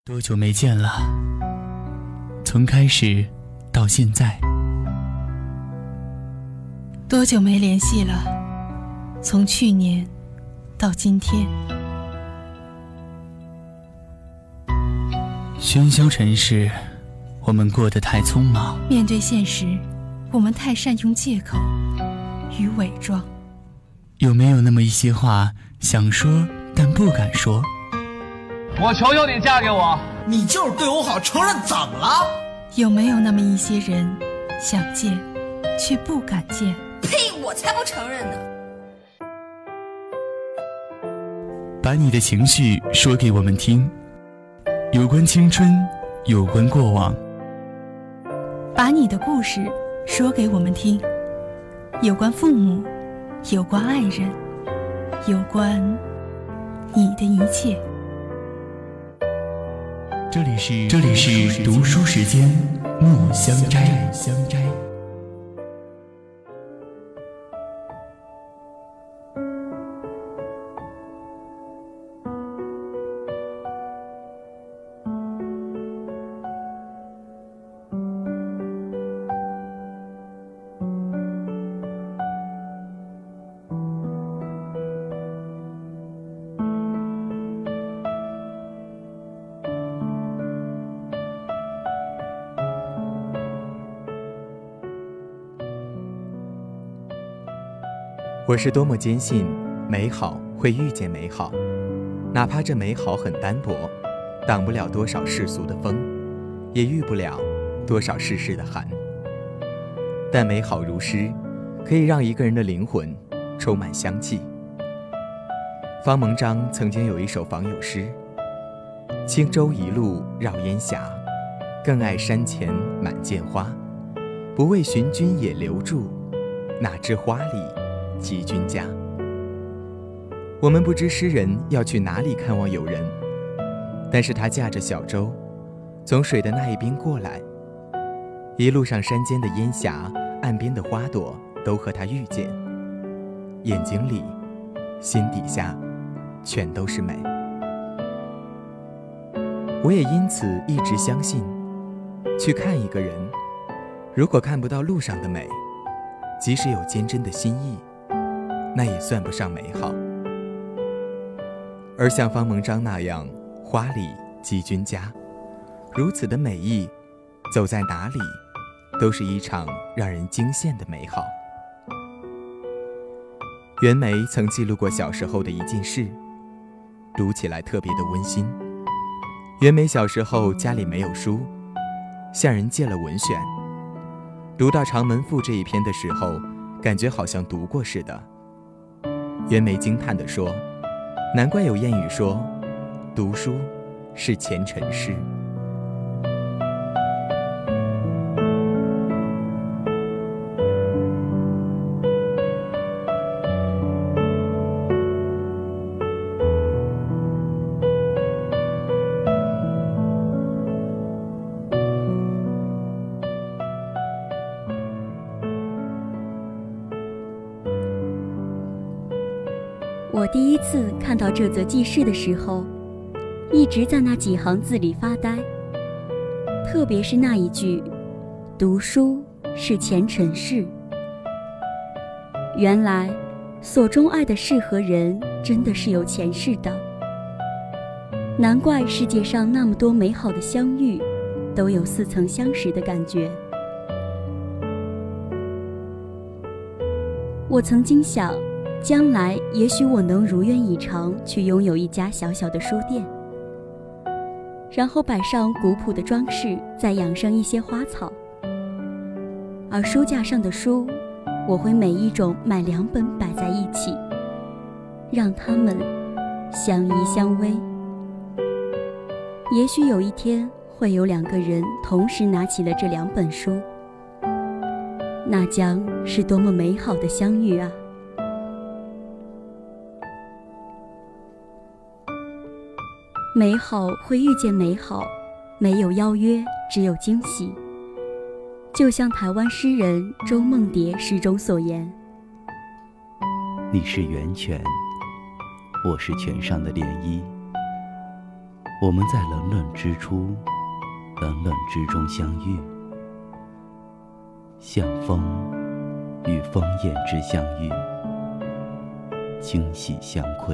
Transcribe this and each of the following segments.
多久没见了？从开始到现在。 多久没联系了？从去年到今天。 喧嚣城市，我们过得太匆忙。 面对现实，我们太善用借口与伪装。 有没有那么一些话想说但不敢说？ 我求求你嫁给我！ 你就是对我好，承认怎么了？ 有没有那么一些人想见却不敢见？ 呸！我才不承认呢！ 把你的情绪说给我们听，有关青春，有关过往。 把你的故事说给我们听，有关父母，有关爱人，有关你的一切。 这里是读书时间，墨香斋。 我是多么坚信美好会遇见美好，哪怕这美好很单薄，挡不了多少世俗的风，也遇不了多少世事的寒。但美好如诗，可以让一个人的灵魂充满香气。方蒙章曾经有一首访友诗：轻舟一路绕烟霞，更爱山前满涧花。不为寻君也留住，哪知花里寄君家。我们不知诗人要去哪里看望友人，但是他驾着小舟从水的那一边过来，一路上山间的烟霞，岸边的花朵都和他遇见，眼睛里心底下全都是美。我也因此一直相信，去看一个人，如果看不到路上的美，即使有坚贞的心意，那也算不上美好。而像方蒙章那样花里寄君家，如此的美意，走在哪里都是一场让人惊羡的美好。袁枚曾记录过小时候的一件事，读起来特别的温馨。袁枚小时候家里没有书，向人借了文选，读到长门赋这一篇的时候，感觉好像读过似的。袁枚惊叹地说，难怪有谚语说，读书是前尘事。 我第一次看到这则记事的时候，一直在那几行字里发呆，特别是那一句读书是前尘事。原来所钟爱的事和人真的是有前世的，难怪世界上那么多美好的相遇都有似曾相识的感觉。我曾经想，将来也许我能如愿以偿去拥有一家小小的书店，然后摆上古朴的装饰，再养上一些花草。而书架上的书，我会每一种买2本摆在一起，让它们相依相偎。也许有一天会有2个人同时拿起了这2本书，那将是多么美好的相遇啊！美好会遇见美好，没有邀约，只有惊喜。就像台湾诗人周梦蝶诗中所言： 你是源泉，我是泉上的涟漪， 我们在冷冷之初，冷冷之中相遇，像风与风燕之相遇，惊喜相窥。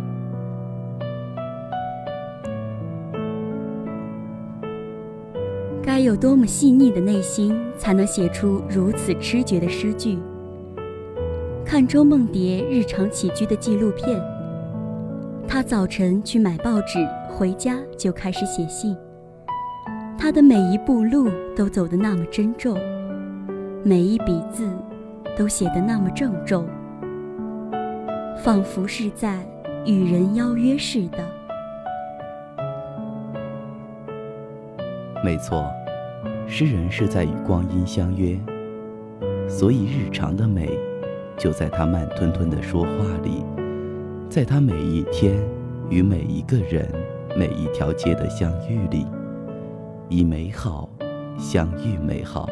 该有多么细腻的内心，才能写出如此痴绝的诗句？看周梦蝶日常起居的纪录片，她早晨去买报纸，回家就开始写信。她的每一步路都走得那么珍重，每一笔字都写得那么郑重，仿佛是在与人邀约似的。 没错，诗人是在与光阴相约，所以日常的美就在他慢吞吞的说话里，在他每一天与每一个人、每一条街的相遇里，以美好相遇美好。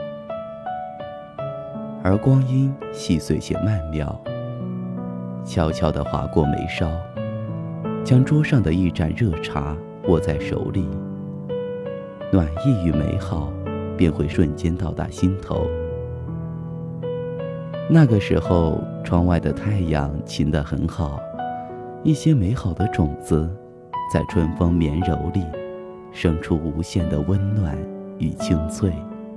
而光阴细碎且曼妙，悄悄地划过眉梢，将桌上的一盏热茶握在手里，暖意与美好便会瞬间到达心头。那个时候，窗外的太阳晴得很好，一些美好的种子在春风绵柔里生出无限的温暖与清脆。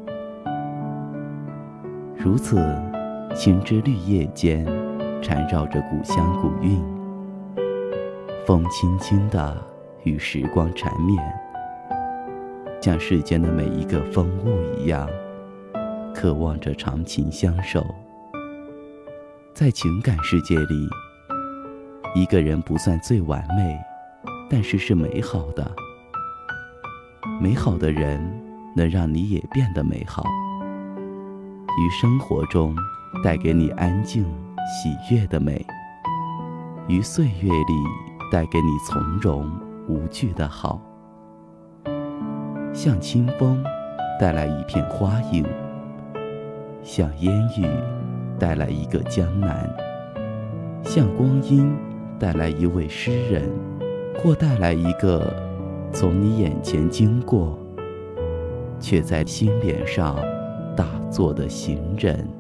如此，青枝绿叶间缠绕着古香古韵，风轻轻地与时光缠绵，像世间的每一个风物一样，渴望着长情相守。在情感世界里，一个人不算最完美，但是是美好的。美好的人能让你也变得美好，于生活中带给你安静喜悦的美，于岁月里带给你从容无惧的好。像清风带来一片花影，像烟雨带来一个江南，像光阴带来一位诗人，或带来一个从你眼前经过却在心脸上打坐的行人。